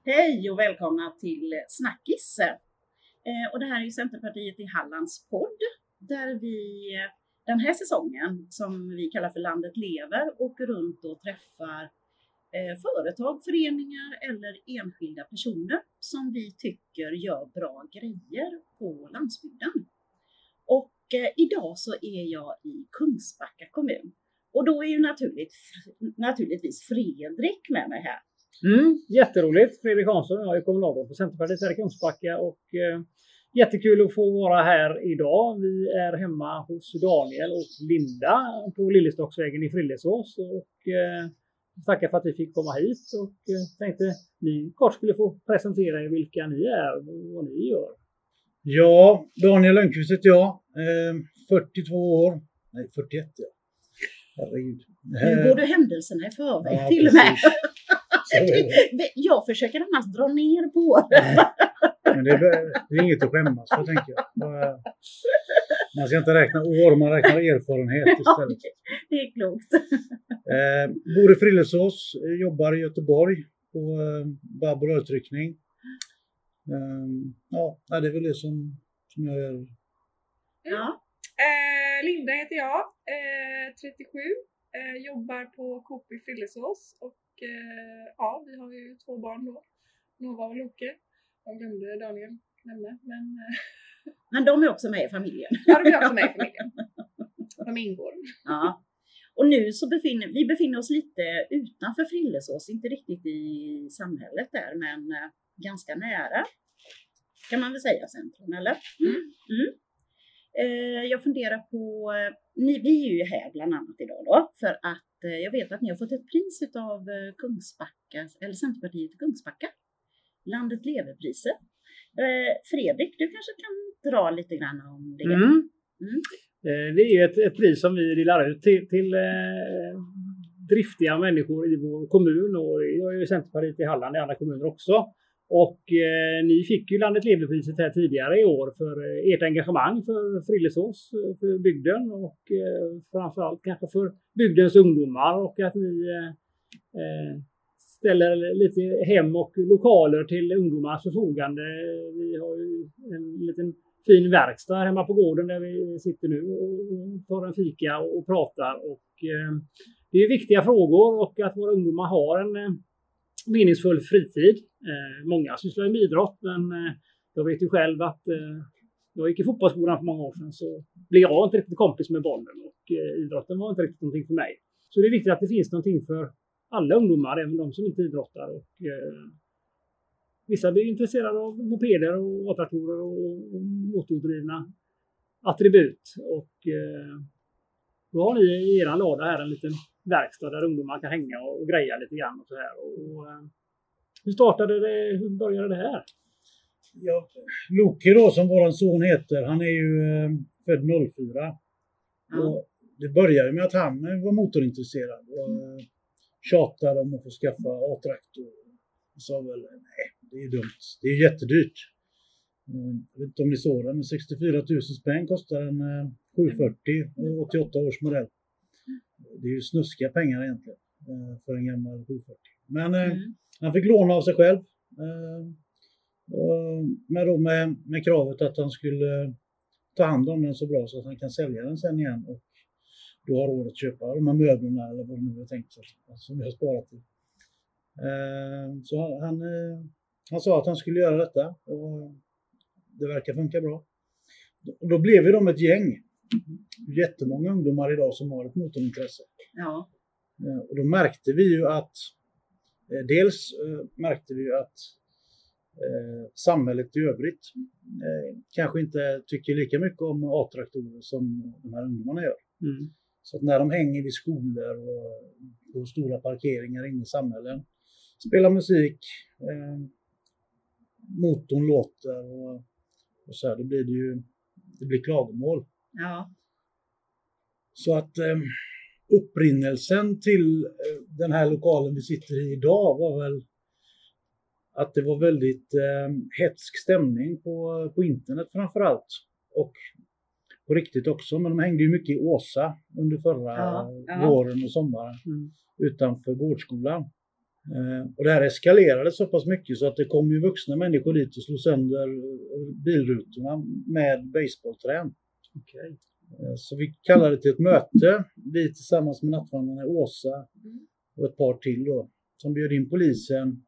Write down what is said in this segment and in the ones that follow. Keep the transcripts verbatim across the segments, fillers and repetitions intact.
Hej och välkomna till Snackis. Eh, och det här är ju Centerpartiet i Hallands podd där vi den här säsongen, som vi kallar för Landet lever, åker runt och träffar eh, företag, föreningar eller enskilda personer som vi tycker gör bra grejer på landsbygden. Och eh, idag så är jag i Kungsbacka kommun. Och då är ju naturligt, naturligtvis Fredrik med mig här. Mm, jätteroligt. Fredrik Hansson, jag är kommunalråd för Centerpartiet här i Kungsbacka och eh, jättekul att få vara här idag. Vi är hemma hos Daniel och Linda på Lillestocksvägen i Frillesås och eh, tackar för att vi fick komma hit och eh, tänkte ni kort skulle få presentera er vilka ni är och vad ni gör. Ja, Daniel Lönnqvist heter jag, eh, fyrtiotvå år, nej fyrtioett ja. Herregud. Nu går du händelserna i förväg Ja, till och med. precis. Jag försöker annars dra ner på det. Men det är, det är inget att skämmas för, tänker jag. Man ska inte räkna år, man räknar erfarenhet istället. Det är klokt. Eh, bor i Frillesås, jobbar i Göteborg på eh, Babb- och rörtryckning. Eh, ja, det är väl det som, som jag gör. Ja. Eh, Linda heter jag, eh, trettiosju, eh, jobbar på Coop i Frillesås och eh, ja, vi har ju två barn då, Nova och Loke. Jag glömde Daniel nämna, men... Eh, men de är också med i familjen. ja, de är också med i familjen. De ingår. Ja. Och nu så befinner vi befinner oss lite utanför Frillesås, inte riktigt i samhället där, men eh, ganska nära. Kan man väl säga centrum, eller? Mm. Mm. Jag funderar på, ni, vi är ju här bland annat idag då, för att jag vet att ni har fått ett pris av Kungsbacka, eller Centerpartiet i Kungsbacka, Landet lever-priset. Fredrik, du kanske kan dra lite grann om det? Mm. Mm. Det är ju ett, ett pris som vi delar ut till, till eh, driftiga människor i vår kommun, och jag är ju Centerpartiet i Halland i andra kommuner också. Och eh, ni fick ju Landet lever-priset här tidigare i år för eh, ert engagemang för Frillesås, för bygden och eh, framförallt kanske för bygdens ungdomar, och att ni eh, ställer lite hem och lokaler till ungdomars förfogande. Vi har ju en liten fin verkstad hemma på gården där vi sitter nu och tar en fika och pratar, och eh, det är viktiga frågor, och att våra ungdomar har en eh, meningsfull fritid. Eh, många sysslar med idrott, men eh, jag vet ju själv att eh, jag gick i fotbollsskolan för många år sedan, så blev jag inte riktigt kompis med bollen, och eh, idrotten var inte riktigt någonting för mig. Så det är viktigt att det finns någonting för alla ungdomar, även de som inte idrottar. Och, eh, vissa blir intresserade av mopeder och A-traktorer och, och motordrivna attribut. Och eh, då har ni i er låda här en liten verkstad där ungdomar kan hänga och, och greja lite grann och så här. Och, och, hur startade det, hur började det här? Ja, Loke då, som våran son heter, han är ju eh, född noll fyra. Mm. Och det började med att han var motorintresserad och mm. tjatade om att få skaffa A-traktor. Och sa väl, nej, det är dumt, det är jättedyrt. Jag vet inte om ni såg den, sextiofyra tusen spänn kostar en eh, sjuhundrafyrtio, åttioåtta års modell. Det är ju snuskiga pengar egentligen eh, för en gammal sjuhundrafyrtio. Men eh, mm. han fick låna av sig själv. Eh, och med, då med, med kravet att han skulle ta hand om den så bra så att han kan sälja den sen igen. Och då har råd att köpa de här möblerna eller vad det nu är tänkt sig, som vi har sparat till. Eh, så han, eh, han sa att han skulle göra detta, och det verkar funka bra. Och då blev vi de ett gäng. Jättemånga ungdomar idag som har ett motorintresse. Ja. Och då märkte vi ju att dels märkte vi ju att eh, samhället i övrigt eh, kanske inte tycker lika mycket om A-traktorer som de här ungdomarna gör. Mm. Så att när de hänger vid skolor och på stora parkeringar inne i samhällen, spelar musik, eh, motorn låter och, och så här, då blir det ju det blir klagomål. Ja. Så att eh, upprinnelsen till eh, den här lokalen vi sitter i idag var väl att det var väldigt eh, hetsk stämning på, på internet framförallt. Och på riktigt också, men de hängde ju mycket i Åsa under förra ja, ja. våren och sommaren mm. utanför gårdsskolan. Och det här eskalerade så pass mycket så att det kom ju vuxna människor dit och slog sönder bilrutorna med baseballträn. Okay. Så vi kallade det till ett möte, vi tillsammans med nattvandrarna i Åsa och ett par till då, som bjöd in polisen,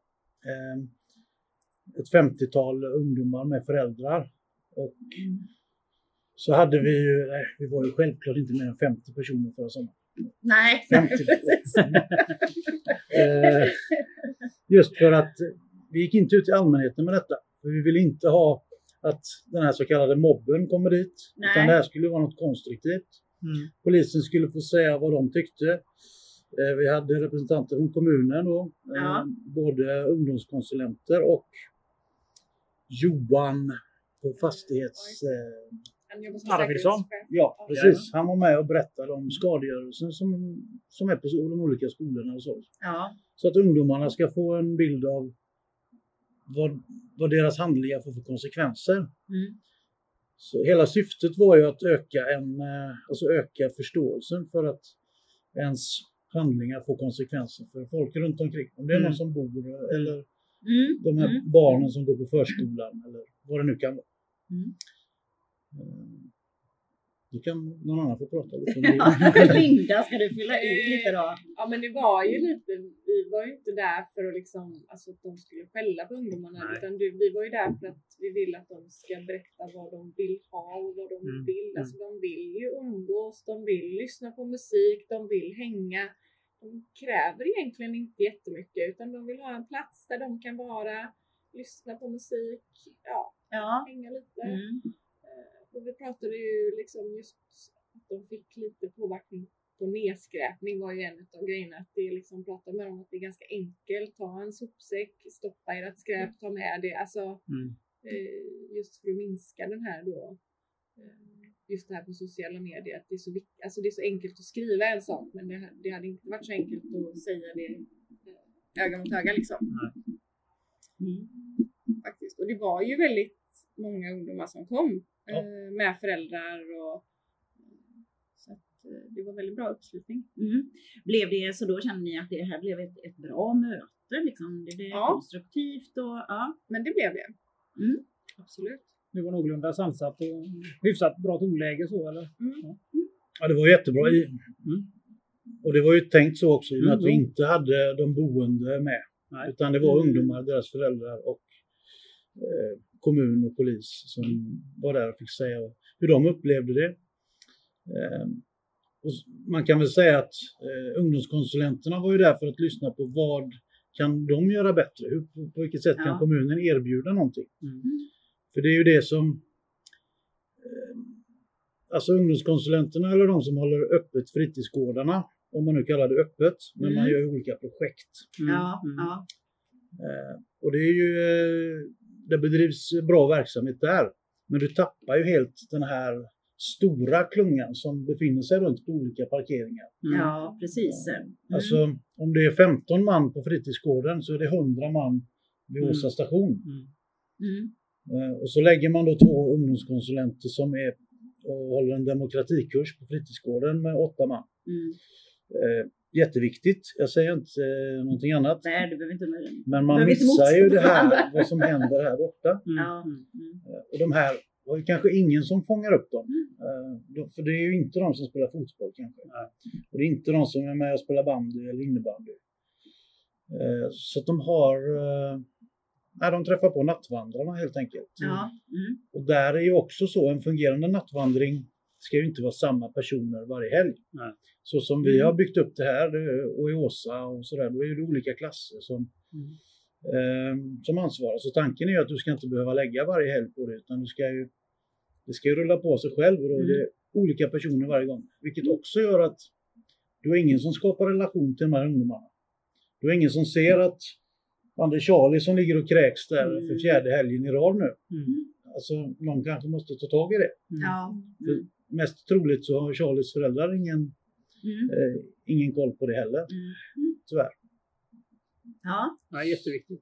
ett femtiotal ungdomar med föräldrar. Och så hade vi ju, nej, vi var ju självklart inte mer än femtio personer förra sommaren. Nej, femtio. eh, just för att vi gick inte ut till allmänheten med detta. För vi ville inte ha att den här så kallade mobben kommer dit. Nej. Utan det här skulle vara något konstruktivt. Mm. Polisen skulle få säga vad de tyckte. Eh, vi hade representanter från kommunen då. Ja. Eh, både ungdomskonsulenter och Johan på fastighets... Eh, Arvidsson. Ja, precis. Han var med och berättade om skadegörelsen som, som är på de olika skolorna och så. Ja. Så att ungdomarna ska få en bild av vad, vad deras handlingar får för konsekvenser. Mm. Så hela syftet var ju att öka, en, alltså öka förståelsen för att ens handlingar får konsekvenser för folk runt omkring. Om det är mm. någon som bor eller mm. de här mm. barnen som går på förskolan eller vad det nu kan vara. Mm. Du kan någon annan få prata lite. Linda, ska du fylla ut lite då? Ja, men det var ju lite, vi var ju inte där för att liksom, alltså att de skulle skälla på ungdomarna. Nej. Utan vi var ju där för att vi vill att de ska berätta vad de vill ha och vad de mm. vill. Alltså de vill ju umgås, de vill lyssna på musik, de vill hänga. De kräver egentligen inte jättemycket utan de vill ha en plats där de kan vara, lyssna på musik, ja, ja. hänga lite. Mm. Och vi pratade ju liksom just att de fick lite påverkan på nedskräpning var ju en av grejerna. Att det liksom pratade med dem att det är ganska enkelt. Ta en sopsäck, stoppa ert skräp, ta med det. Alltså mm. just för att minska den här då. Just det här på sociala medier. Att det är så, alltså det är så enkelt att skriva en sak. Men det, det hade inte varit så enkelt att säga det öga mot öga liksom. Mm. Faktiskt. Och det var ju väldigt många ungdomar som kom. Ja. Med föräldrar och så att det var väldigt bra uppslutning. Mm. Blev det så då kände ni att det här blev ett, ett bra möte liksom? Det blev ja. konstruktivt och ja. Men det blev det. Mm. Absolut. Det var någorlunda sansat och hyfsat bra tonläge så eller? Mm. Ja. ja, det var jättebra i. Mm. Och det var ju tänkt så också i och med mm. att vi inte hade de boende med. Nej. Utan det var mm. ungdomar, deras föräldrar och eh, kommun och polis som var där och fick säga hur de upplevde det. Eh, och man kan väl säga att eh, ungdomskonsulenterna var ju där för att lyssna på vad kan de göra bättre? Hur, på, på vilket sätt ja. kan kommunen erbjuda någonting? Mm. För det är ju det som eh, alltså ungdomskonsulenterna eller de som håller öppet fritidsgårdarna, om man nu kallar det öppet, men mm. man gör olika projekt. Mm. Ja, ja. Eh, och det är ju eh, det bedrivs bra verksamhet där. Men du tappar ju helt den här stora klungan som befinner sig runt på olika parkeringar. Mm. Ja, precis. Mm. Alltså om det är femton man på fritidsgården så är det hundra man vid mm. Åsa station. Mm. Mm. Och så lägger man då två ungdomskonsulenter som är och håller en demokratikurs på fritidsgården med åtta man. Mm. Eh, jätteviktigt. Jag säger inte eh, någonting annat. Nej, det behöver inte med. Men man missar ju det här, vad som händer här borta. Mm. Mm. Och de här var ju kanske ingen som fångar upp dem. Mm. För det är ju inte de som spelar fotboll kanske. Nej. Och det är inte de som är med och spelar bandy eller innebandy. Så att de har... Nej, de träffar på nattvandrarna helt enkelt. Ja. Mm. Och där är ju också så, en fungerande nattvandring ska ju inte vara samma personer varje helg. Nej. Så som vi har byggt upp det här och i Åsa och sådär, då är det olika klasser som, mm. eh, som ansvarar. Så tanken är ju att du ska inte behöva lägga varje helg på det, utan du ska ju, det ska ju rulla på sig själv och då är det mm. olika personer varje gång. Vilket också gör att du har ingen som skapar relation till de här ungdomarna. Du har ingen som ser att Anders Charlie som ligger och kräks där mm. för fjärde helgen i rad nu. Mm. Alltså någon kanske måste ta tag i det. Mm. Ja. För mest troligt så har Charlies föräldrar ingen, mm. eh, ingen koll på det heller. Mm. Tyvärr. Ja. Ja, jätteviktigt.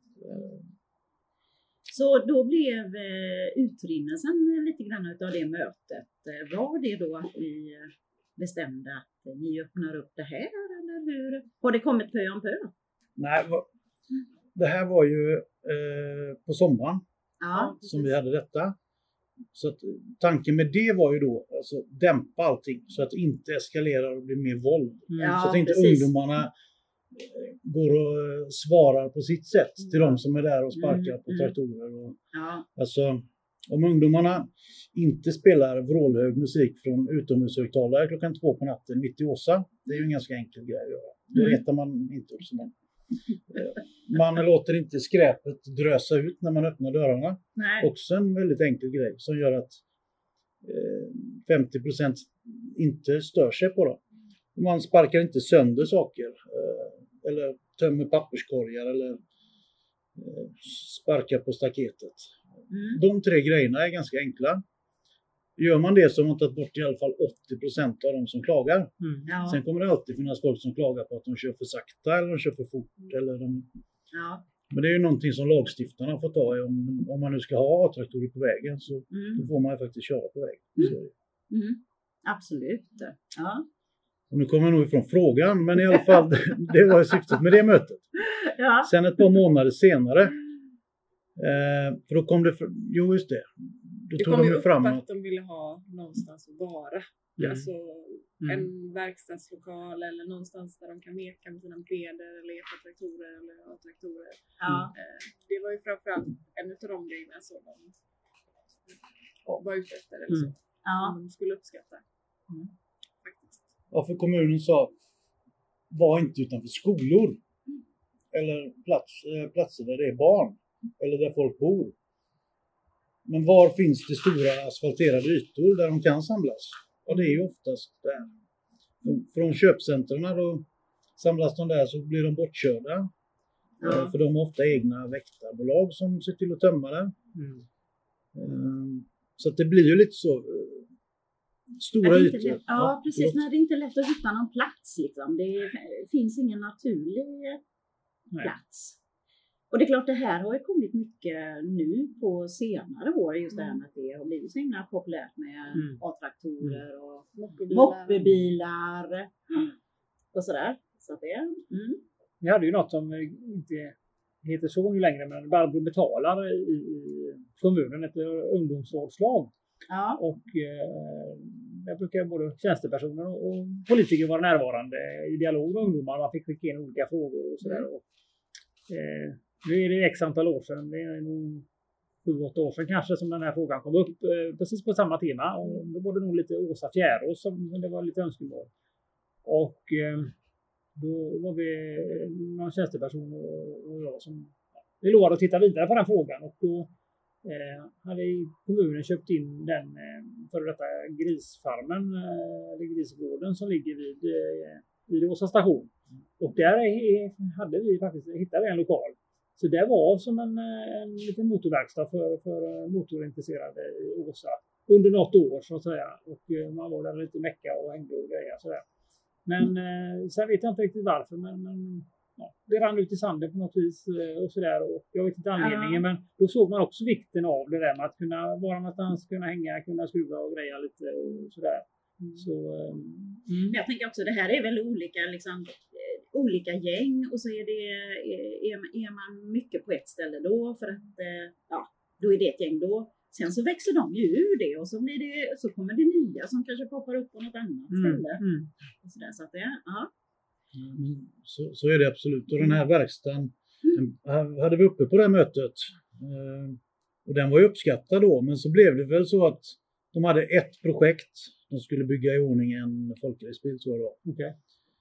Så då blev utrinnelsen lite grann av det mötet. Var det då att vi bestämde att ni öppnar upp det här? Eller hur? Har det kommit pö om pö? Nej, det här var ju eh, på sommaren Ja, som vi hade detta. Så att, tanken med det var ju då alltså, dämpa allting så att det inte eskalerar och blir mer våld. Ja, så att inte precis. ungdomarna går och svarar på sitt sätt till de som är där och sparkar Mm, på mm. traktorer. Och, Ja, alltså, om ungdomarna inte spelar vrålhög musik från utomhushögtalare klockan två på natten mitt i Åsa, det är ju en ganska enkel grej att göra. Det Mm. retar man inte upp så många. Man låter inte skräpet drösa ut när man öppnar dörrarna. nej. Också en väldigt enkel grej som gör att eh, femtio procent inte stör sig på dem. Man sparkar inte sönder saker eh, eller tömmer papperskorgar eller eh, sparkar på staketet. Mm. De tre grejerna är ganska enkla. Gör man det så har man tagit bort i alla fall åttio procent av de som klagar. Mm. Ja, Sen kommer det alltid finnas folk som klagar på att de kör för sakta eller de kör för fort. Eller de... ja. Men det är ju någonting som lagstiftarna får ta i. Om, om man nu ska ha A-traktorer på vägen så Mm. då får man ju faktiskt köra på vägen. Mm. Så är det. Mm. Absolut. Ja. Och nu kommer jag nog ifrån frågan, men i alla fall det var ju syftet med det mötet. Ja. Sen ett par månader senare, eh, för då kom det, fr- jo just det, då Det tog kom de ju ju upp fram att något. de ville ha någonstans att vara. Mm. Alltså Mm. en verkstadslokal eller någonstans där de kan meka med sina mopeder eller epa-traktorer eller A-traktorer. Ja. Eh, Det var ju framförallt en av de grejerna som de var ute efter eller så. Mm. Ja. Som de skulle uppskatta. Mm. Faktiskt. Ja, för kommunen sa, var inte utanför skolor. Eller plats, eh, platser där det är barn. Eller där folk bor. Men var finns det stora asfalterade ytor där de kan samlas? Ja, det är ju oftast där. Från köpcentrarna då samlas de där så blir de bortkörda. Ja. Eh, För de har ofta egna väktarbolag som ser till att tömma det. Mm. Eh, Så att det blir ju lite så eh, stora Är det inte ytor. lätt? Ja, precis. förlåt. Nej, det är inte lätt att hitta någon plats. Liksom. Det finns ingen naturlig Nej. plats. Och det är klart, det här har ju kommit mycket nu på senare år. Just det här med att det har blivit så himla populärt med Mm. A-traktorer och Moppebilar. moppebilar och sådär. Så att det, mm. Vi hade ju något som inte heter så nu längre, men Barbro betalar i, i kommunen ett ungdomsrådslag. Ja. Och eh, där brukar både tjänstepersoner och, och politiker vara närvarande i dialog med ungdomar. Man fick skicka in olika frågor och sådär. Och, eh, nu är det x antal år sedan, det är nog sju, åtta år sedan kanske som den här frågan kom upp. Eh, precis på samma tema. Och då var det nog lite Åsa Fjärås som det var lite önskemål. Och eh, då var vi någon tjänsteperson och, och jag som vi lovade att titta vidare på den frågan. Och då Eh, hade kommunen köpt in den eh, för detta grisfarmen, eh, eller grisgården som ligger vid, eh, vid Åsa station. Och där är, hade vi faktiskt hittat en lokal. Så det var som en, en liten motorverkstad för, för motorintresserade i Åsa under något år så att säga. Och eh, man var där lite mecka och hängde och grejer sådär. Men eh, sen vet jag inte riktigt varför, men, men ja, det rann ut i sanden på något vis och sådär. Och jag vet inte anledningen, Ja. men då såg man också vikten av det där med att kunna vara någonstans, kunna hänga, kunna skruva och greja lite och sådär. Mm. Så, um, Men jag tänker också, det här är väl olika, liksom, eh, olika gäng och så är, det, är, är man mycket på ett ställe då för att eh, ja, då är det ett gäng då. Sen så växer de ju ur det och så, blir det, så kommer det nya som kanske poppar upp på något annat mm, ställe. mm. Och så där, så att det, ja. Mm, Så, så är det absolut. Och den här verkstaden den hade vi uppe på det här mötet. Eh, och den var ju uppskattad då. Men så blev det väl så att de hade ett projekt. De skulle bygga i ordning en folkracebil, tror jag det var. Okay.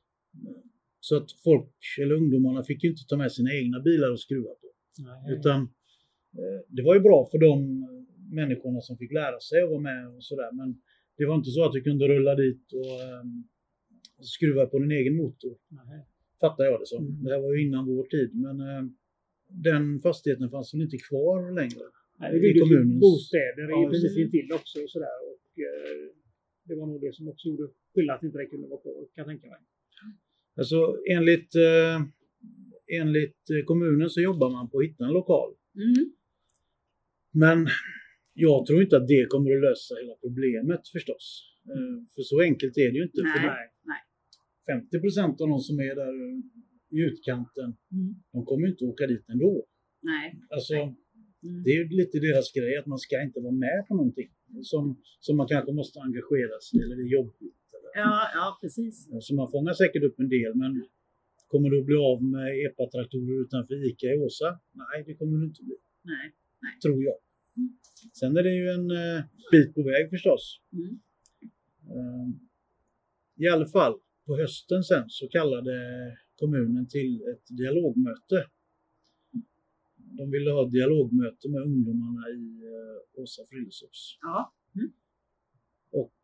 Så att folk, eller ungdomarna, fick ju inte ta med sina egna bilar och skruva på. Nej. Utan eh, det var ju bra för de människorna som fick lära sig att vara med och sådär. Men det var inte så att du kunde rulla dit och eh, skruva på din egen motor. Nej. Fattar jag det som. Mm. Det här var ju innan vår tid. Men eh, den fastigheten fanns väl inte kvar längre. Nej, det i byggdes ju kommunens- bostäder Ja, ja, precis precis. intill också och sådär. Och eh, det var nog det som också gjorde skillnad att inte det kunde vara kvar, kan jag tänka mig. Alltså enligt, eh, enligt eh, kommunen så jobbar man på att hitta en lokal. Mm. Men jag tror inte att det kommer att lösa hela problemet förstås. Eh, för så enkelt är det ju inte. För Nej. Nej. Nej. femtio procent av de som är där i utkanten, Mm. de kommer ju inte åka dit ändå. Nej. Alltså, Mm. det är ju lite deras grej att man ska inte vara med på någonting som, som man kanske måste engagera sig i, eller det är jobbigt. Eller. Ja, ja, precis. Så man fångar säkert upp en del, men kommer du att bli av med E P A-traktorer utanför ICA i Åsa? Nej, det kommer du inte bli. Nej. Tror jag. Sen är det ju en uh, bit på väg förstås. Mm. Uh, I alla fall, på hösten sen så kallade kommunen till ett dialogmöte. De ville ha ett dialogmöte med ungdomarna i uh, Åsa Frillesås. Ja. Mm. Och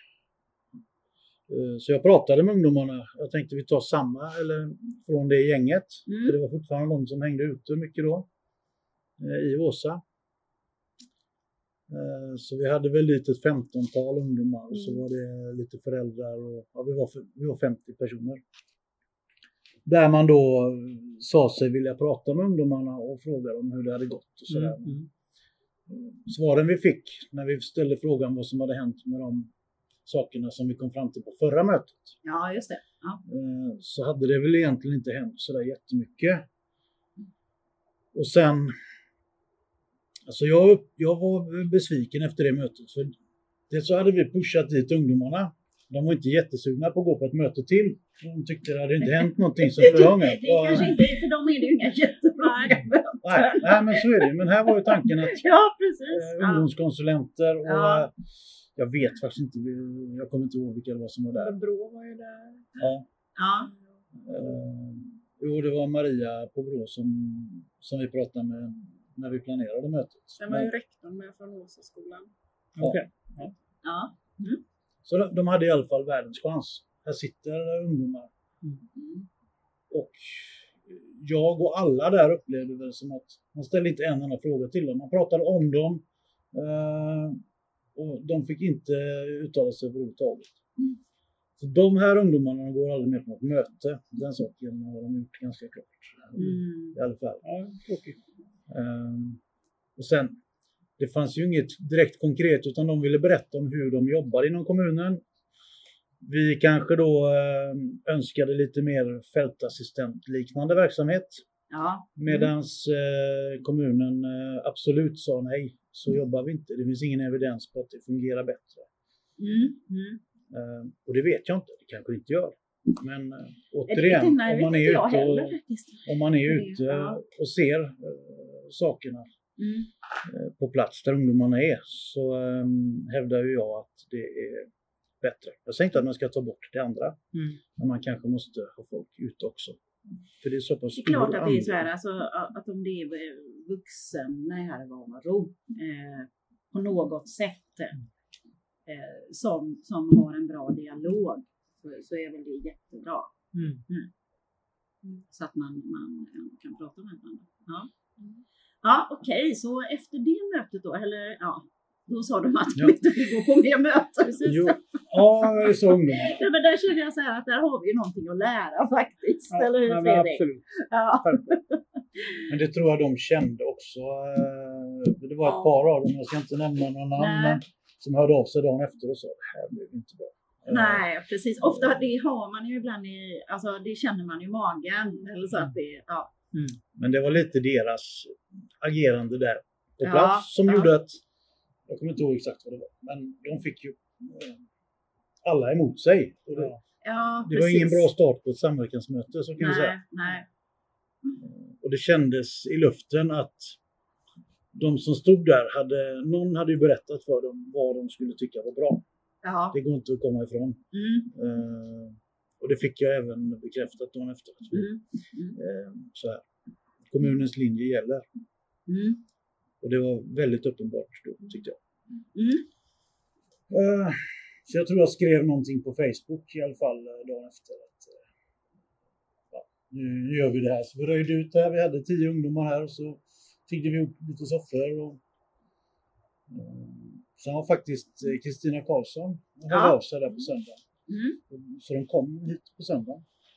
uh, så jag pratade med ungdomarna. Jag tänkte vi tar samma, eller från det gänget. Mm. För det var fortfarande de som hängde ute mycket då. Uh, I Åsa. Så vi hade väl lite ett femtontal ungdomar och så var det lite föräldrar och ja, vi, var, vi var femtio personer. Där man då sa sig vilja prata med ungdomarna och fråga dem hur det hade gått och sådär. Mm. Mm. Svaren vi fick när vi ställde frågan vad som hade hänt med de sakerna som vi kom fram till på förra mötet. Ja, just det. Ja. Så hade det väl egentligen inte hänt sådär jättemycket. Och sen Alltså jag, jag var besviken efter det mötet. För det så hade vi pushat dit ungdomarna. De var inte jättesugna på att gå på ett möte till. De tyckte det hade inte hänt någonting som förra gången. Det är kanske inte, för dem är det ju inga jättebra möten. Nej, nej, men så är det. Men här var ju tanken att ja, precis. Eh, ungdomskonsulenter och ja. Jag vet faktiskt inte, jag kommer inte ihåg vilka det var som var där. Brå var ju där. Ja. Ja. Uh, jo, det var Maria på Brå som, som vi pratade med när vi planerade mötet. Sen var ju rektorn med från Åsaskolan. Ja. Okay. Ja. Ja. Mm. Så de, de hade i alla fall världens chans. Här sitter ungdomar. Mm. Och jag och alla där upplevde det som att man ställde inte en enda fråga till dem. Man pratade om dem. Uh, och de fick inte uttala sig överhuvudtaget. Mm. Så de här ungdomarna går aldrig med på något möte. Den saken har de gjort ganska klart. Mm. I alla fall. Ja, okay. Um, och sen, det fanns ju inget direkt konkret utan de ville berätta om hur de jobbar inom kommunen. Vi kanske då um, önskade lite mer fältassistent-liknande verksamhet. Ja. Mm. Medans uh, kommunen uh, absolut sa nej, så jobbar vi inte. Det finns ingen evidens på att det fungerar bättre. Mm. Mm. Uh, och det vet jag inte, det kanske inte gör. Men uh, återigen, inte, nej, om, man är ute och, heller, om man är ute ja. och ser uh, sakerna mm. uh, på plats där ungdomarna är, så um, hävdar ju jag att det är bättre. Jag säger inte att man ska ta bort det andra, mm. men man kanske måste ha folk ute också. För det är så pass det är klart att det är så här, alltså, att om det är vuxen närvaro eh, på något sätt eh, som, som har en bra dialog, så, så är väl det jättebra. Mm. Mm. Så att man, man kan prata med varandra. Ja, ja okej, okay. Så efter det mötet då, eller ja, då sa de att de ja. inte vill gå på mer möten. Jo. Ja, det är så ungdomar. Ja, men där känner jag så här att där har vi ju någonting att lära faktiskt. Ja, eller hur, ja, Fredrik? absolut. Ja. Men det tror jag de kände också. Det var ett Ja. par av dem, jag ska inte nämna några namn, men som hörde av sig dagen efter och sa det här blev inte bra. Nej, precis. Ofta det har man ju ibland i, alltså det känner man ju i magen. Eller så att det, ja. Mm. Men det var lite deras agerande där på Ja, plats som ja. gjorde att, jag kommer inte ihåg exakt vad det var, men de fick ju alla emot sig. Och det, Ja, det var ingen bra start på ett samverkansmöte, så kan nej, vi säga. Nej. Och det kändes i luften att de som stod där, hade, någon hade ju berättat för dem vad de skulle tycka var bra. Ja. Det går inte att komma ifrån. Mm. Uh, och det fick jag även bekräftat dagen efter. Mm. Mm. Uh, så här. Kommunens linje gäller. Mm. Och det var väldigt uppenbart då, tyckte jag. Mm. Uh, så jag tror jag skrev någonting på Facebook i alla fall dagen efter. Att, uh, ja, nu gör vi det här. Så vi röjde ut det här. Vi hade tio ungdomar här och så tiggde vi upp lite soffor. Och, uh, sen har faktiskt Kristina Karlsson hört Ja. av sig där på söndag. Mm. Så de kom hit på söndag.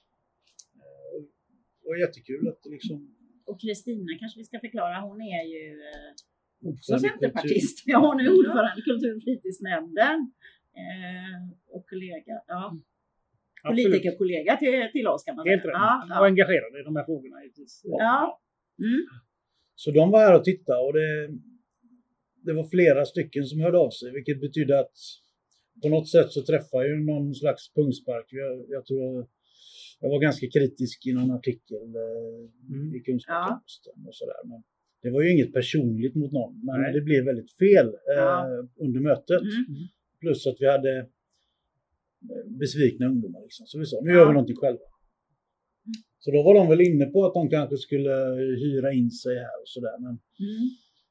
Uh, det var jättekul att det liksom... Och Kristina kanske vi ska förklara, hon är ju eh, också Ordförande i centerpartist. Ja, hon är ordförande i kultur- och fritidsnämnden. Eh, och kollega. Ja. politikerkollega till, till oss kan man säga. Helt rätt. Ja, ja. Och engagerade i de här frågorna givetvis. Ja. Mm. Så de var här och tittade och det, det var flera stycken som hörde av sig, vilket betyder att på något sätt så träffar ju någon slags pungspark. Jag, jag tror jag var ganska kritisk i någon artikel mm. i Kungsbackaposten ja. och sådär. Men det var ju inget personligt mot någon, men Nej. det blev väldigt fel ja. eh, under mötet. Mm. Plus att vi hade besvikna ungdomar liksom. Så vi sa, nu ja. gör vi någonting själva. Så då var de väl inne på att de kanske skulle hyra in sig här och sådär. Men mm.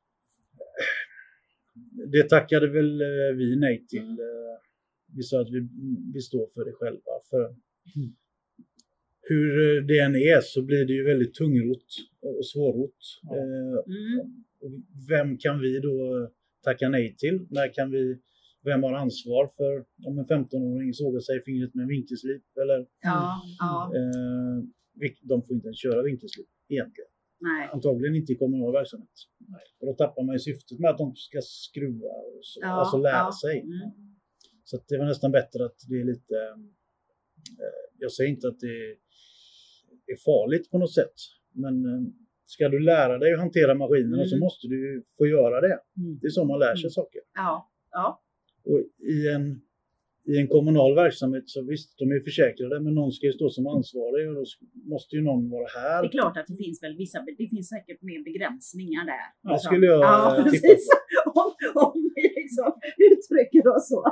det tackade väl vi nej till. Mm. Vi sa att vi, vi står för det själva. För mm. hur det än är så blir det ju väldigt tungrot och svårrot. Ja. Mm. Vem kan vi då tacka nej till? När kan vi, vem har ansvar för om en femtonåring sågar sig i fingret med en vinkelslip? Eller, ja, ja. Eh, de får inte ens köra vinkelslip egentligen. Nej. Antagligen inte i kommunal verksamhet. Nej. Och då tappar man ju syftet med att de ska skruva och så, ja, alltså lära ja. sig. Mm. Så att det var nästan bättre att det är lite, eh, jag säger inte att det är farligt på något sätt. Men eh, ska du lära dig att hantera maskinerna mm. så måste du få göra det. Mm. Det är så man lär sig mm. saker. Ja. Ja. Och i en, i en kommunal verksamhet så visst, de är försäkrade, men någon ska ju stå som ansvarig och då måste ju någon vara här. Det är klart att det finns väl vissa, det finns säkert mer begränsningar där. Ja, det skulle jag ja, tippa precis. På. Om, om vi liksom uttrycker oss så.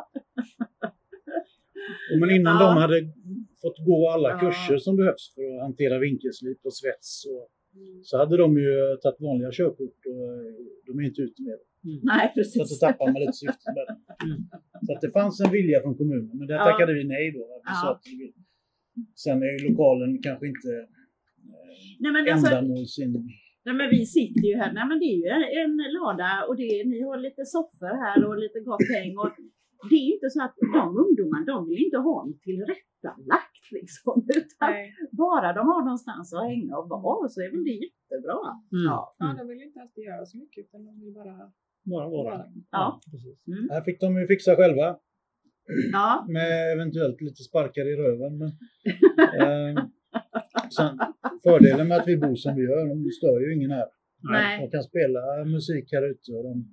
Och men innan ja. de hade fått gå alla ja. kurser som behövs för att hantera vinkelslip och svets och, mm. så hade de ju tagit vanliga körkort och de är inte ute med det. Mm. Nej, precis. Så att då tappar man lite syftet med det. Mm. Så att det fanns en vilja från kommunen, men där ja. tackade vi nej då. Vi ja. att vi, sen är ju lokalen kanske inte eh, nej, men ändamålsenlig. Alltså, nej men vi sitter ju här, nej men det är ju en lada och det, ni har lite soffor här och lite gott häng och det är inte så att de ungdomarna, de vill inte ha en tillrättalagt liksom, utan nej. bara de har någonstans att hänga och vara så är väl det jättebra. Mm. Ja. ja, de vill inte alltid göra så mycket utan de vill bara Bara vara. Ja, ja. Precis. Mm. Här fick de ju fixa själva. Ja. Med eventuellt lite sparkar i röven. Men, eh, sen, fördelen med att vi bor som vi gör, de stör ju ingen här. Nej. De kan spela musik här ute. Och de,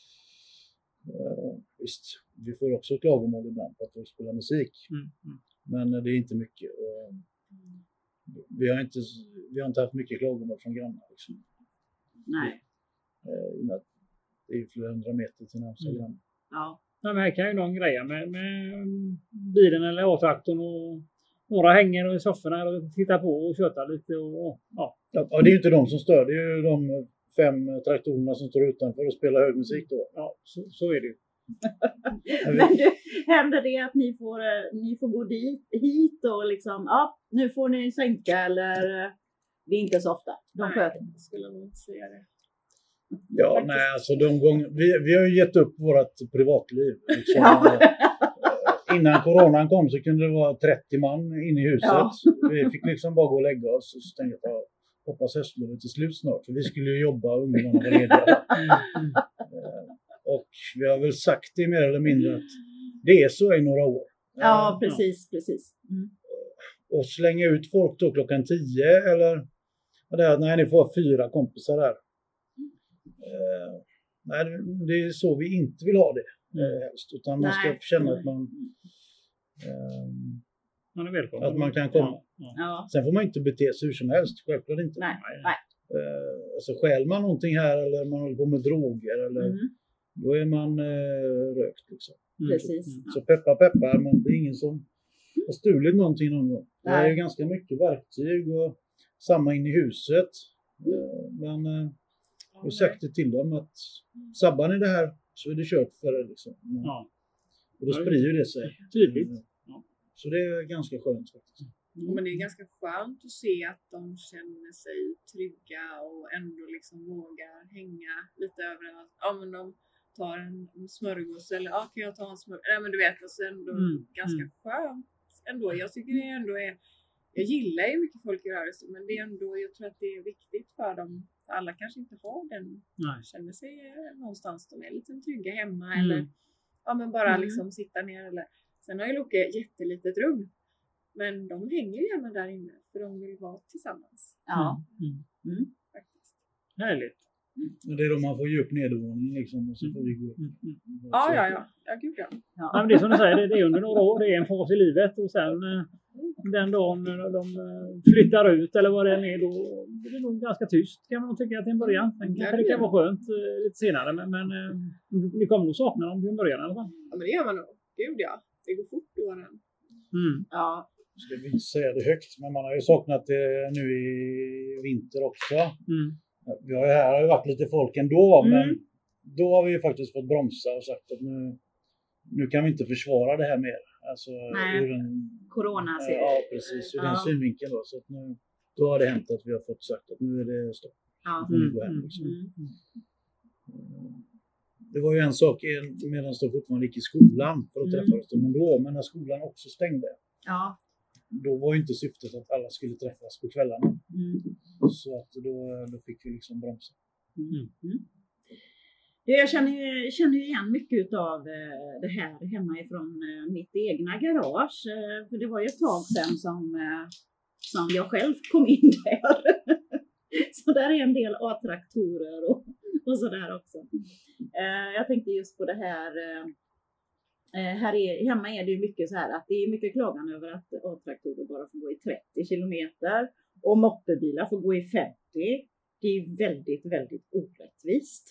eh, visst, vi får också klagomål ibland på att de spelar musik. Mm. Mm. Men det är inte mycket. Och, vi, har inte, vi har inte haft mycket klagomål från grannar. Liksom. Nej. Eh, det är flera hundra meter till närmsta mm. grann. Ja. Men här kan ju någon greja med, med bilen eller A-traktorn och några hänger och i sofforna och tittar på och köta lite och ja. Ja, det är ju inte de som stör, det är ju de fem traktorerna som står utanför och spelar hög musik då. Ja, så, så är det ju. Men du, händer det att ni får, ni får gå dit, hit och liksom, ja, nu får ni sänka eller det är inte så ofta? De sköter. Nej, skulle nog inte säga det. Ja, faktiskt. Nej, alltså de gånger, vi, vi har ju gett upp vårt privatliv. Liksom. Ja. Innan coronan kom så kunde det vara trettio man inne i huset. Ja. Vi fick liksom bara gå och lägga oss och så tänkte jag, hoppas höstlovet är slut snart. För vi skulle ju jobba och ungdomarna var lediga. Mm. Och vi har väl sagt det mer eller mindre att det är så i några år. Ja, precis, ja. precis. Mm. Och slänga ut folk då klockan tio eller det, nej, ni får fyra kompisar där. Uh, nej, det är så vi inte vill ha det uh, helst, utan man ska känna att man uh, man är välkommen. Att man kan komma. Ja. Ja. Sen får man inte bete sig hur som helst, självklart inte. Nej. Nej. Uh, alltså stjäl man någonting här eller man håller på med droger eller mm. då är man uh, rökt liksom. Mm. Precis. Så, så peppa peppar, men det är ingen som har stulit någonting någon gång. Det är ju ganska mycket verktyg och samma in i huset. Uh, men uh, jag har sagt det till dem att sabbar ni det här så är det kört för det liksom. Ja. Och då sprider det sig. Tydligt. Ja. Så det är ganska skönt faktiskt. Mm. Men det är ganska skönt att se att de känner sig trygga och ändå liksom vågar hänga lite överallt. Ja, men de tar en smörgås eller ja, kan jag ta en smörgås? Nej, men du vet, alltså ändå mm. ganska mm. skönt ändå. Jag tycker det ändå är, jag gillar ju mycket folk i rörelse, men det är ändå, jag tror att det är viktigt för dem. Alla kanske inte har den, Nej. känner sig någonstans, de är lite trygga hemma mm. eller ja, men bara mm. liksom sitta ner eller, sen har ju Loke jättelitet rum. Men de hänger ju gärna där inne för de vill vara tillsammans. Ja. Mm. Mm. Faktiskt. Härligt. Det är då man får ge upp nedervåningen liksom och så får vi gå upp. Mm. Mm. Ja, ja, ja. Ja, gud ja. Ja, men det är som du säger, det, det är under några år, det är en fas i livet och sen eh, den dagen de eh, flyttar ut eller vad det än är, då blir det nog ganska tyst kan man tycka till en början. Sen kanske det kan vara skönt eh, lite senare, men, men eh, ni kommer nog sakna dem till en början i alla fall. Ja, men det gör man nog. Gud ja. Det går fort då den. Mm. Ja. Ska vi inte säga det högt, men man har ju saknat det nu i vinter också. Mm. Vi har ju här har ju varit lite folk ändå, Mm. men då har vi ju faktiskt fått bromsa och sagt att nu, nu kan vi inte försvara det här mer. Alltså, Nej. ur en, Corona ser ja, precis. Ur Ja. den synvinkeln då. Så att nu, då har det hänt att vi har fått sagt att nu är det stopp. Ja. Nu får ni Mm. gå hem, liksom. Mm. Det var ju en sak medan de fortfarande gick i skolan för att Mm. träffas dem ändå, men när skolan också stängde, Ja. då var ju inte syftet att alla skulle träffas på kvällarna. Mm. Så att då, då fick vi liksom bromsa. Mm. Mm. Jag känner ju, känner ju igen mycket av det här hemifrån mitt egna garage. För det var ju ett tag sedan som, som jag själv kom in där. Så där är en del A-traktorer och, och sådär också. Jag tänkte just på det här. Här är, hemma är det ju mycket så här att det är mycket klagan över att A-traktorer bara får gå i trettio kilometer och moppebilar får gå i femtio. Det är väldigt, väldigt orättvist.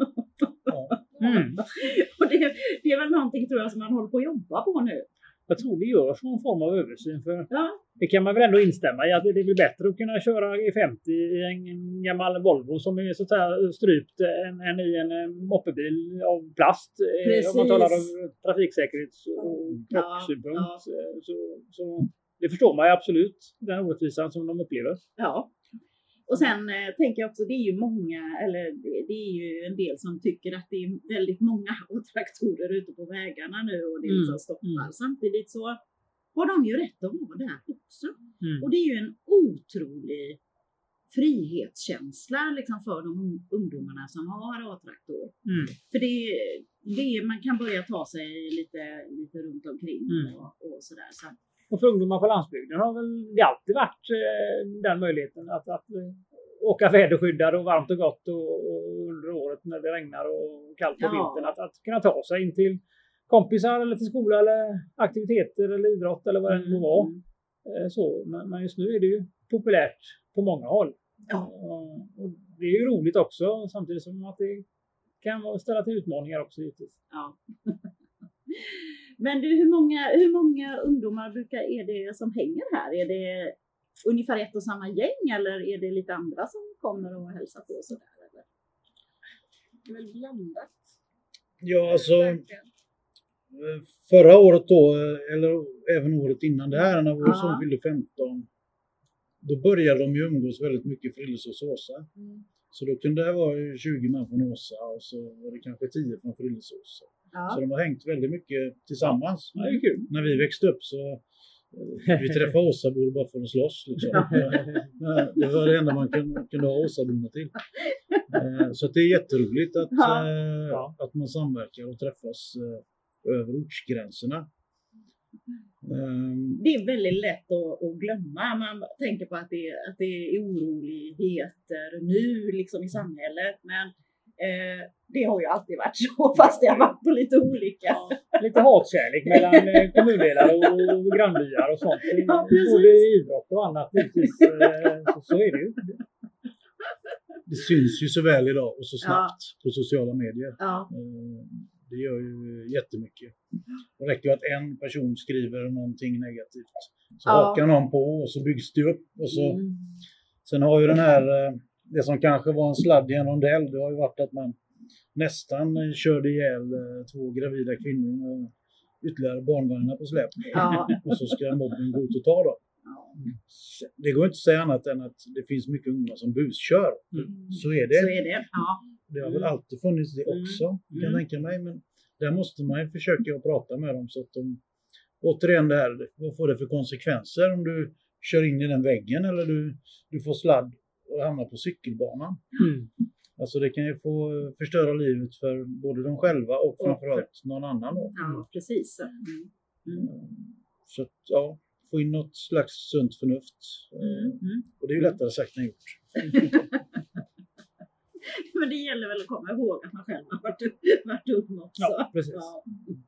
Mm. Och det, det är väl någonting tror jag som man håller på att jobba på nu. Jag tror det görs någon form av översyn för Ja. det kan man väl ändå instämma i att det blir bättre att kunna köra i femtio i en gammal Volvo som är så att säga strypt än, än i en moppebil av plast. Precis. Om man talar om trafiksäkerhets och krocksynpunkt. Ja, så, så det förstår man ju absolut, den orättvisan som de upplever. Ja. Och sen eh, tänker jag också, det är ju många, eller det, det är ju en del som tycker att det är väldigt många traktorer ute på vägarna nu och det är liksom stoppar. Mm. Samtidigt så har de ju rätt att vara där också. Mm. Och det är ju en otrolig frihetskänsla liksom för de ungdomarna som har A-traktor. Mm. För det, det man kan börja ta sig lite, lite runt omkring Mm. och, och sådär. Så. Och för ungdomar på landsbygden har väl det alltid varit eh, den möjligheten att, att eh, åka väderskyddad och varmt och gott och, och under året när det regnar och kallt på Ja. vintern. Att, att kunna ta sig in till kompisar eller till skola eller aktiviteter eller idrott eller vad det än må vara. Mm. Eh, så, men, men just nu är det ju populärt på många håll. Ja. Eh, och det är ju roligt också samtidigt som att det kan ställa till utmaningar också givetvis. Ja. Men du, hur många, hur många ungdomar brukar är det som hänger här? Är det ungefär ett och samma gäng eller är det lite andra som kommer och hälsar på sådär? Eller? Det är väl blandat. Ja, alltså Verkligen. förra året då, eller även året innan det här, när vår Ja. son fyllde femton, då började de ju umgås väldigt mycket i Frillesås och Åsa. Mm. Så då kunde det vara tjugo man från Åsa och så var det kanske tio från Frillesås. Så Ja. de har hängt väldigt mycket tillsammans. Ja, det är kul. När vi växte upp så eh, vi träffade Åsabor bara för att slåss. Liksom. Eh, Det var det enda man kunde, kunde ha Åsaborna till. Eh, Så att det är jätteroligt att, Ja. eh, Ja. att man samverkar och träffas eh, över ortsgränserna. Eh, Det är väldigt lätt att, att glömma. Man tänker på att det, att det är oroligheter nu liksom i samhället. Men eh, det har ju alltid varit så, fast det har varit på lite olika. Lite hatkärlek mellan eh, kommundelar och grannbyar och sånt. Ja, precis. Både idrott och annat. Givetvis, eh, så, så är det ju. det syns ju så väl idag och så Ja. snabbt på sociala medier. Ja. Eh, Det gör ju jättemycket. Det räcker ju att en person skriver någonting negativt. Så Ja. hakar någon på och så byggs det upp. Och så, Mm. Sen har ju den här, eh, det som kanske var en sladd i en rondell, det har ju varit att man nästan eh, körde ihjäl eh, två gravida kvinnor med ytterligare barnvagnar på släp. Ja. Och så ska mobben gå ut och ta dem. Ja. Det går inte att säga annat än att det finns mycket ungdomar som buskör. Mm. Så är det. Så är det. Ja. Det har väl alltid funnits det också, Mm. kan jag tänka mig. Men där måste man ju försöka att prata med dem så att de, återigen det här, vad får det för konsekvenser om du kör in i den väggen eller du, du får sladd och hamnar på cykelbanan. Mm. Alltså det kan ju få förstöra livet för både de själva och framförallt någon annan. Då. Ja, precis. Mm. Mm. Så att, ja, få få in något slags sunt förnuft. Mm. Mm. Och det är ju lättare sagt än gjort. Men det gäller väl att komma ihåg att man själv har varit, varit ung också. Ja, precis. Ja.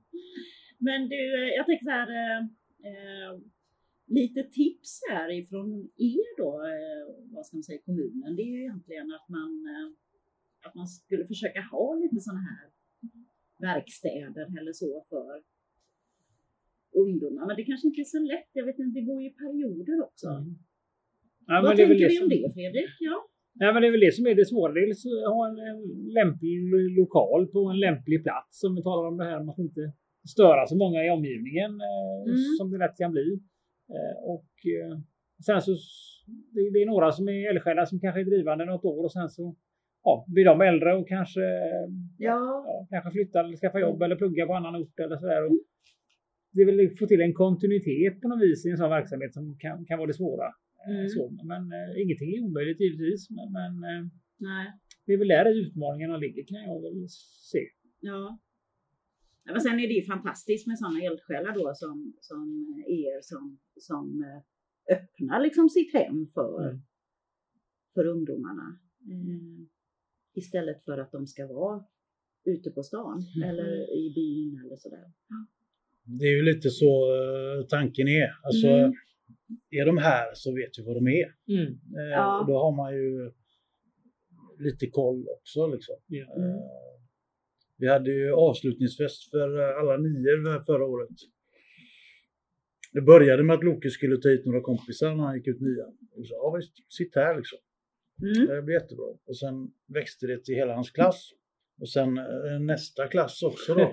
Men du, jag tänker så här, eh, lite tips här ifrån er då, eh, vad ska man säga, kommunen. Det är ju egentligen att man, eh, att man skulle försöka ha lite sådana här verkstäder eller så för ungdomar. Men det kanske inte är så lätt, jag vet inte, det går ju perioder också. Mm. Ja, vad tänker vi om det, Fredrik? Ja. Ja, men det är väl det som är det svåra. Det är att ha en, en lämplig lokal på en lämplig plats. Som vi talar om det här om att inte störa så många i omgivningen eh, mm. som det lätt kan bli. Eh, och eh, sen så det, det är några som är eldsjälar som kanske är drivande något år och sen så ja, blir de äldre och kanske, ja. Ja, kanske flyttar eller skaffar jobb eller pluggar på annan ort eller sådär. Och det vill få till en kontinuitet på något vis i en sån verksamhet som kan, kan vara det svåra. Mm. Så, men äh, ingenting är omöjligt givetvis. Men, men äh, Nej. det är väl där utmaningarna ligger kan jag väl se. Ja. Ja, men sen är det ju fantastiskt med sådana eldsjälar då som, som er som, som öppnar liksom sitt hem för, mm. för ungdomarna. Mm. Istället för att de ska vara ute på stan mm. eller i byn eller sådär. Det är ju lite så tanken är. Alltså mm. är de här så vet vi vad de är. Mm. Eh, ja. Och då har man ju lite koll också liksom. Mm. Eh, vi hade ju avslutningsfest för alla nio förra året. Det började med att Loke skulle ta hit några kompisar när han gick ut nian. Och så, ja visst, sitt här liksom. Mm. Det blir jättebra. Och sen växte det till hela hans klass. Och sen eh, nästa klass också då.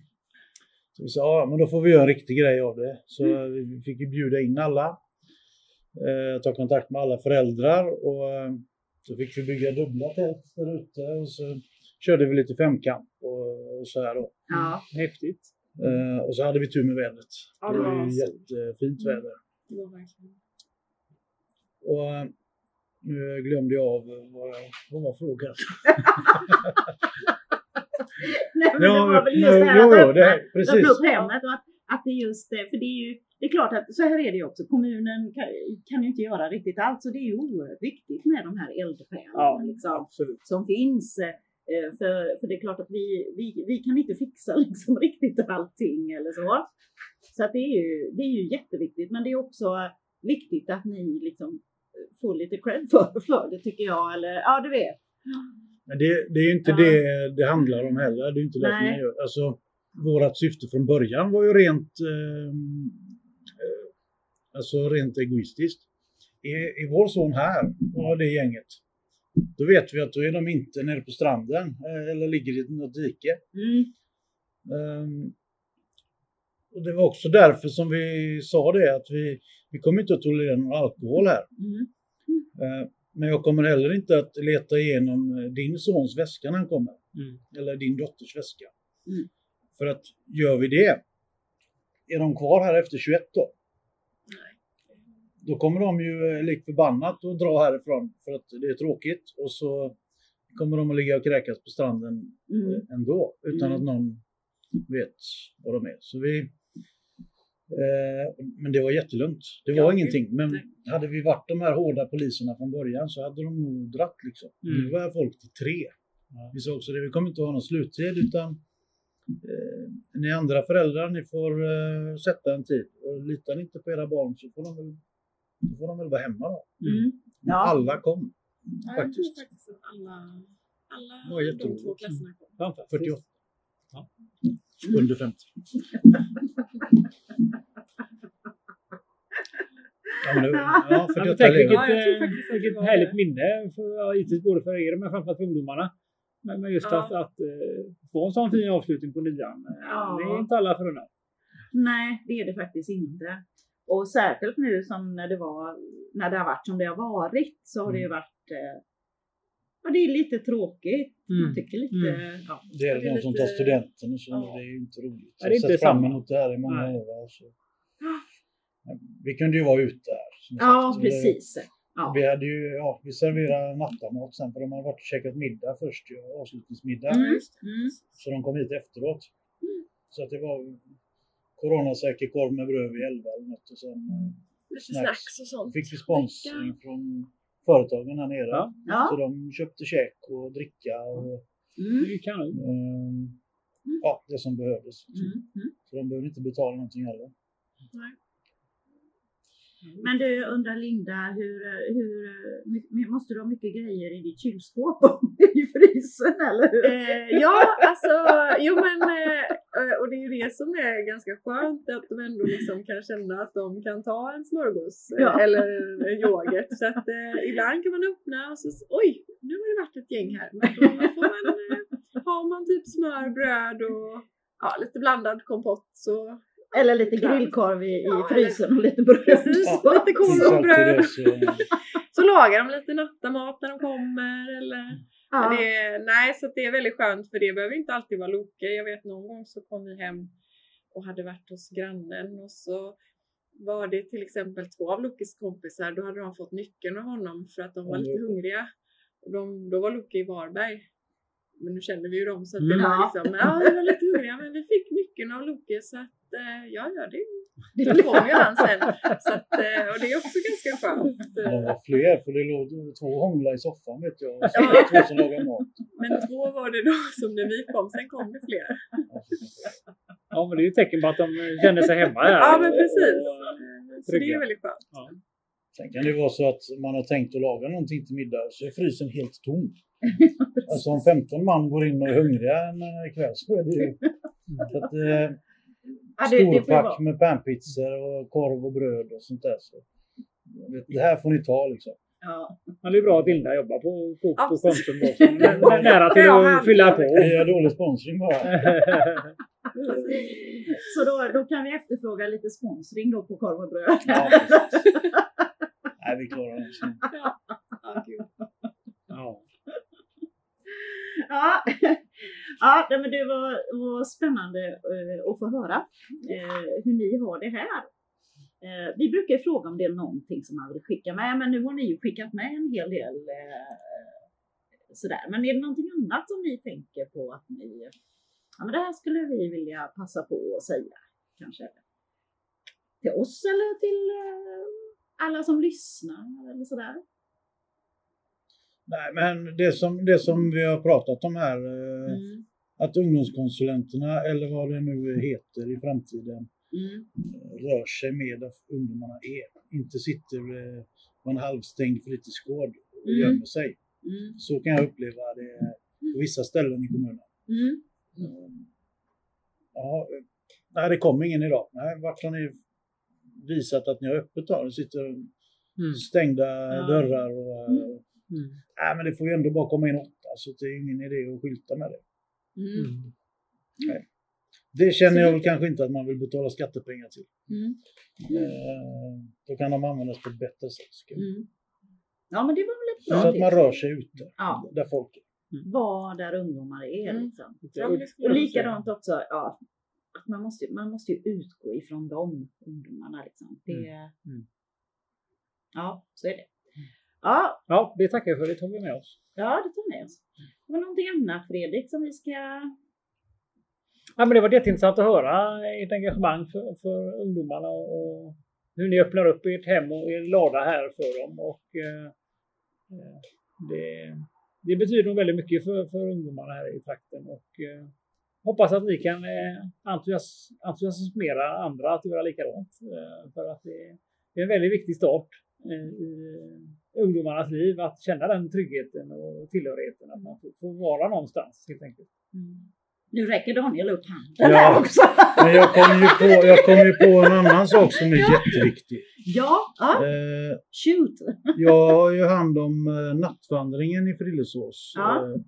Så vi sa, ja men då får vi göra en riktig grej av det. Så mm. vi fick ju bjuda in alla. Eh, ta kontakt med alla föräldrar. Och eh, så fick vi bygga dubbla tält där ute. Och så körde vi lite femkamp och, och så här då. Ja, häftigt. Eh, och så hade vi tur med vädret. Ja, det var ju jättefint väder. Det var verkligen. Och nu glömde jag av vad, vad var frågan. Nej, men ja, det var väl just det här jo, att öppna, det, precis. öppna upp hemmet och att, att det just, för det är ju, det är klart att så här är det ju också, kommunen kan, kan ju inte göra riktigt allt, så det är ju oerhört viktigt med de här eldsjälarna ja, liksom, som finns. För, för det är klart att vi, vi, vi kan inte fixa liksom riktigt allting eller så. Så att det är ju, det är ju jätteviktigt, men det är också viktigt att ni liksom får lite cred för, för det tycker jag, eller ja du vet. Men det, det är ju inte ja. det det handlar om heller. Det är inte därför man gör. Alltså, vårat syfte från början var ju rent, eh, alltså rent egoistiskt. Är, är vår son här och det gänget, då vet vi att då är de inte nere på stranden eller ligger i något dike. Mm. Um, och det var också därför som vi sa det, att vi, vi kommer inte att tolerera någon alkohol här. Mm. Uh, Men jag kommer heller inte att leta igenom din sons väska när han kommer. Mm. Eller din dotters väska. Mm. För att gör vi det, är de kvar här efter tjugoett då? Nej. Då kommer de ju lik förbannat att dra härifrån för att det är tråkigt. Och så kommer de att ligga och kräkas på stranden mm. ändå. Utan mm. att någon vet vad de är. Så vi... Eh, men det var jättelugnt. Det var ja, ingenting. Men det. Hade vi varit de här hårda poliserna från början så hade de nog dratt liksom. Mm. Nu var folk till tre. Ja. Vi sa också det, vi kommer inte ha någon sluttid utan eh, ni andra föräldrar, ni får eh, sätta en tid. Och litar ni inte på era barn så får de väl, då får de väl vara hemma då. Mm. Ja. Alla kom. Ja, faktiskt. Jag tror faktiskt att alla, alla de två klasserna kom. Ja, fyrtioåtta. Ja. Under femtio. Ja, men, ja, för ja, tänk, vilket, ja, vilket det härligt minne för, givetvis både för er men framförallt för ungdomarna. Men, men just ja. att, att uh, få en sån fin avslutning på nian, ja. det är inte alla förunnat. Nej, det är det faktiskt inte. Och särskilt nu som när det var, när det har varit som det har varit, så har mm. det ju varit uh, ja, det är lite tråkigt. Mm. Man tycker lite... Mm. Ja, det är det, det är de som tar studenten och så, ja. Det är ju inte roligt. Ja, det är jag har sett fram emot det här i många Nej. år. Så. Vi kunde ju vara ute där. Ja, sagt. precis. Ja. Vi hade ju, ja, vi serverade nattamat sen, för de hade varit och käkat middag först, ja, avslutningsmiddag. Mm. Mm. Så de kom hit efteråt. Mm. Så att det var, coronasäker korv med bröd vid elva eller något. Och sen eh, Lite snacks. snacks och sånt. Fick vi sponsring från företagen här nere. Ja. Ja. Så de köpte käk och dricka och Mm. Det kan nog. eh, ja, det som behövdes. Mm. Mm. Så de behöver inte betala någonting heller. Nej. Men du, undrar Linda, hur, hur, my- måste du ha mycket grejer i ditt kylskåp och i frysen eller hur? Eh, ja, alltså, jo men, eh, och det är ju det som är ganska skönt, att de ändå liksom kan känna att de kan ta en smörgås eh, Ja. eller en yoghurt. Så att eh, ibland kan man öppna och så, oj, nu har det varit ett gäng här. Men då får man, eh, har man typ smör, bröd och ja, lite blandad kompott så. Eller lite grillkorv i, i frysen och lite bröd. Precis, Så. lite korv Finns och alltid bröd. det, så, Så lagar de lite nattamat när de kommer eller. Ja. Men det, nej, så att det är väldigt skönt, för det behöver inte alltid vara Loke. Jag vet någon gång så kom vi hem och hade varit hos grannen och så var det till exempel två av Lokes kompisar. Då hade de fått nyckeln av honom för att de var lite hungriga. Och de, då var Loke i Varberg. Men nu känner vi ju dem så att det Mm. var liksom, ja vi var lite hungriga men vi fick nyckeln av Loke så att eh, ja, ja det, det kom ju han sen. Så att, eh, och det är också ganska skönt. de var fler, för det låg två hånglar i soffan vet jag. Och så Ja. var det två som lagade mat. Men två var det då som när vi kom, sen kom det fler. Ja, men det är ju ett tecken på att de känner sig hemma här. Ja men precis. Och, Så det är väldigt skönt. ja. Sen kan det vara så att man har tänkt att laga någonting till middag så är frysen helt tom. Alltså om femton man går in och är hungriga en eh, kväll så är det ju så att, eh, Ja, det, det får ju storpack vara. med panpizzor och korv och bröd och sånt där. Så, det här får ni ta liksom. Ja. Men det är bra att Linda jobbar på, på, på Absolut. Konsum då. Så nä- nära till Ja, att han- fylla på. Det är dålig sponsring bara. Så då, då kan vi efterfråga lite sponsring då på korv och bröd. Ja, precis. Nej, vi klarar det. Så. Ja, gud. Ja. Ja, ja nej, men det var, var spännande eh, att få höra eh, hur ni har det här. Eh, vi brukar ju fråga om det är någonting som man vill skicka med, men nu har ni ju skickat med en hel del eh, sådär. Men är det någonting annat som ni tänker på att ni, ja men det här skulle vi vilja passa på att säga kanske till oss eller till eh, alla som lyssnar eller sådär? Nej, men det som, det som vi har pratat om här, eh, Mm. att ungdomskonsulenterna eller vad det nu heter i framtiden Mm. rör sig med där ungdomarna är. Inte sitter eh, på en halvstängd fritidsgård och Mm. gömmer sig. Mm. Så kan jag uppleva det på vissa ställen i kommunen. Mm. Ja, nej, det kommer ingen idag. Nej, vart har ni visat att ni har öppet då? Det sitter Mm. stängda Ja. dörrar och eh, Mm. nej, men det får ju ändå bara komma in åtta, så det är ingen idé att skylta med det. Mm. Mm. Det känner jag väl kanske inte att man vill betala skattepengar till. Mm. Eh, då kan de användas på ett bättre sätt. ska jag- Mm. Ja men det var väl ett bra Så att man tips. rör sig ute, Ja. där folk är. Var där ungdomar är Mm. liksom. Ja, men det skulle Och jag likadant också, ja, att man måste, man måste ju utgå ifrån de ungdomarna liksom. Det, Mm. Ja, så är det. Ja, Ja, det tackar jag för. Det tar vi med oss. ja, det tar med oss. Det var någonting annat Fredrik som vi ska... Ja, men det var jätteintressant att höra ert engagemang för, för ungdomarna och, och hur ni öppnar upp ert hem och er lada här för dem. Och, eh, eh, det, det betyder nog väldigt mycket för, för ungdomarna här i trakten. Och, eh, hoppas att ni kan eh, entusias, entusiasmera andra att göra likadant. Eh, för att det, det är en väldigt viktig start eh, i ungdomarnas liv att känna den tryggheten och tillhörigheten. Att man får, får vara någonstans helt enkelt. Mm. Nu räcker Daniel upp handen Ja. här också. Men jag kom ju på, jag kom ju på en annan sak som är jätteviktig. Ja, ja. Eh, Shoot. jag har ju hand om eh, nattvandringen i Frillesås Ja. eh,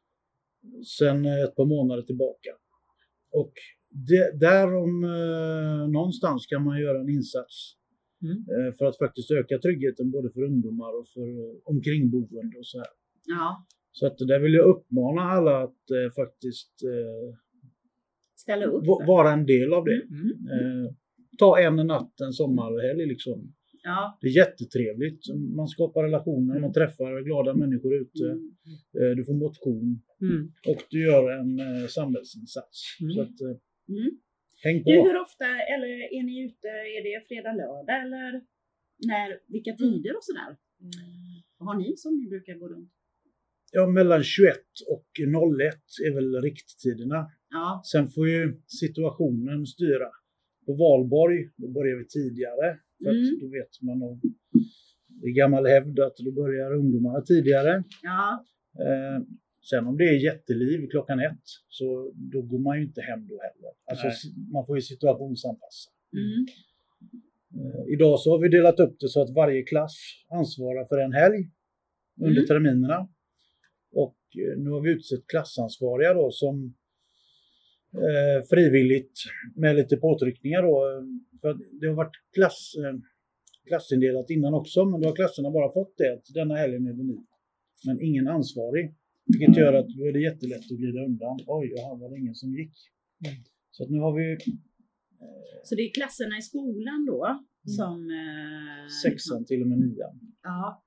sen ett par månader tillbaka. Och det, där om eh, någonstans kan man göra en insats Mm. eh, för att faktiskt öka tryggheten både för ungdomar och för eh, omkringboende och så här. Ja, Så att där vill jag uppmana alla att eh, faktiskt eh, ställa upp. va- vara en del av det. Mm. Eh, ta en natt, en sommarhelg liksom. Ja. Det är jättetrevligt. Man skapar relationer, man träffar glada människor ute. Mm. Eh, du får motion Mm. och du gör en eh, samhällsinsats. Mm. Så att, eh, Mm. Häng på! Du, hur ofta, eller är ni ute, är det fredag, lördag eller när, vilka tider och sådär? Mm. Vad har ni som ni brukar gå runt? Ja, mellan tjugoett och noll ett är väl rikttiderna. Ja. Sen får ju situationen styra. På Valborg, då börjar vi tidigare. För Mm. att då vet man om det är gammal hävd att då börjar ungdomarna tidigare. Ja. Eh, sen om det är jätteliv klockan ett så då går man ju inte hem då heller. Alltså Nej. man får ju situationsanpassa. Mm. Eh, idag så har vi delat upp det så att varje klass ansvarar för en helg under Mm. terminerna. Och eh, nu har vi utsett klassansvariga då som eh, frivilligt med lite påtryckningar då. För det har varit klass, eh, klassindelat innan också, men då har klasserna bara fått det att denna helgen är det ni. Men ingen ansvarig. Vilket gör att då är det jättelätt att glida undan. Oj, här var det ingen som gick. Mm. Så att nu har vi Så det är klasserna i skolan då som... Eh, sexan till och med nian. Ja.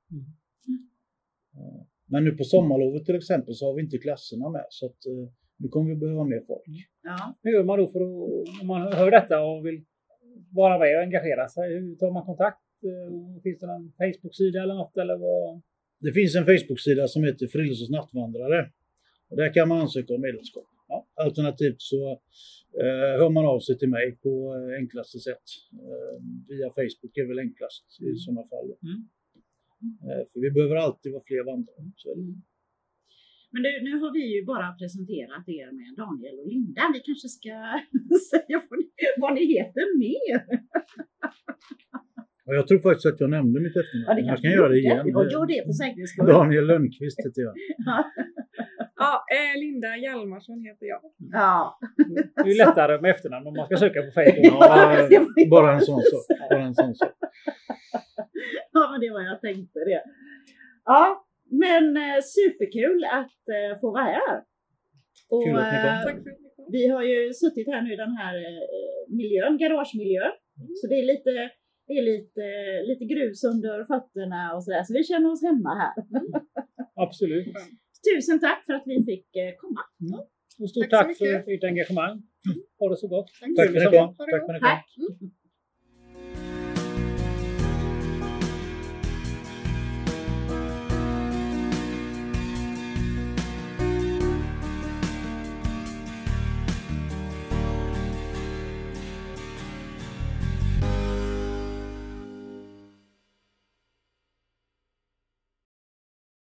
Men nu på sommarlovet till exempel så har vi inte klasserna med. Så att eh, nu kommer vi behöva mer folk. Ja. Hur gör man då för att, om man hör detta och vill vara med och engagera sig? Hur tar man kontakt? Eh, Finns det någon Facebook-sida eller något? Eller vad? Det finns en Facebook-sida som heter Frillesås nattvandrare. Och där kan man ansöka om medlemskap. Ja. Alternativt så eh, hör man av sig till mig på eh, enklaste sätt. Eh, via Facebook är väl enklast i sådana fall. Mm. Eh, för vi behöver alltid vara fler vandrare. Så är det. Mm. Men du, nu har vi ju bara presenterat er med Daniel och Linda. Vi kanske ska säga vad ni, vad ni heter mer. Och jag tror faktiskt att jag nämnde mitt efternamn. Ja, det jag kanske kan göra det gjorde. igen. Ja, gör det för säkerhets skull. Daniel Lönnqvist heter jag. Ja, eh, Linda Hjalmarsson heter jag. Ja. Det är ju lättare med efternamn om man ska söka på Facebook. Ja, bara en sån sak. Bara en sån sak. Ja, men det var jag tänkte det. Ja, men eh, superkul att eh, få vara här. Och, Kul att ni kom. eh, Tack för att ni kom. vi har ju suttit här nu i den här eh, miljön, garagemiljön. Så det är lite, det är lite, lite grus under fötterna och sådär. Så vi känner oss hemma här. Absolut. Tusen tack för att vi fick eh, komma. Och stort Tack så tack, för mycket. ert engagemang. Ha det så gott. Tack för att ni kom. Ha det Tack gott. för att ni kom. Tack.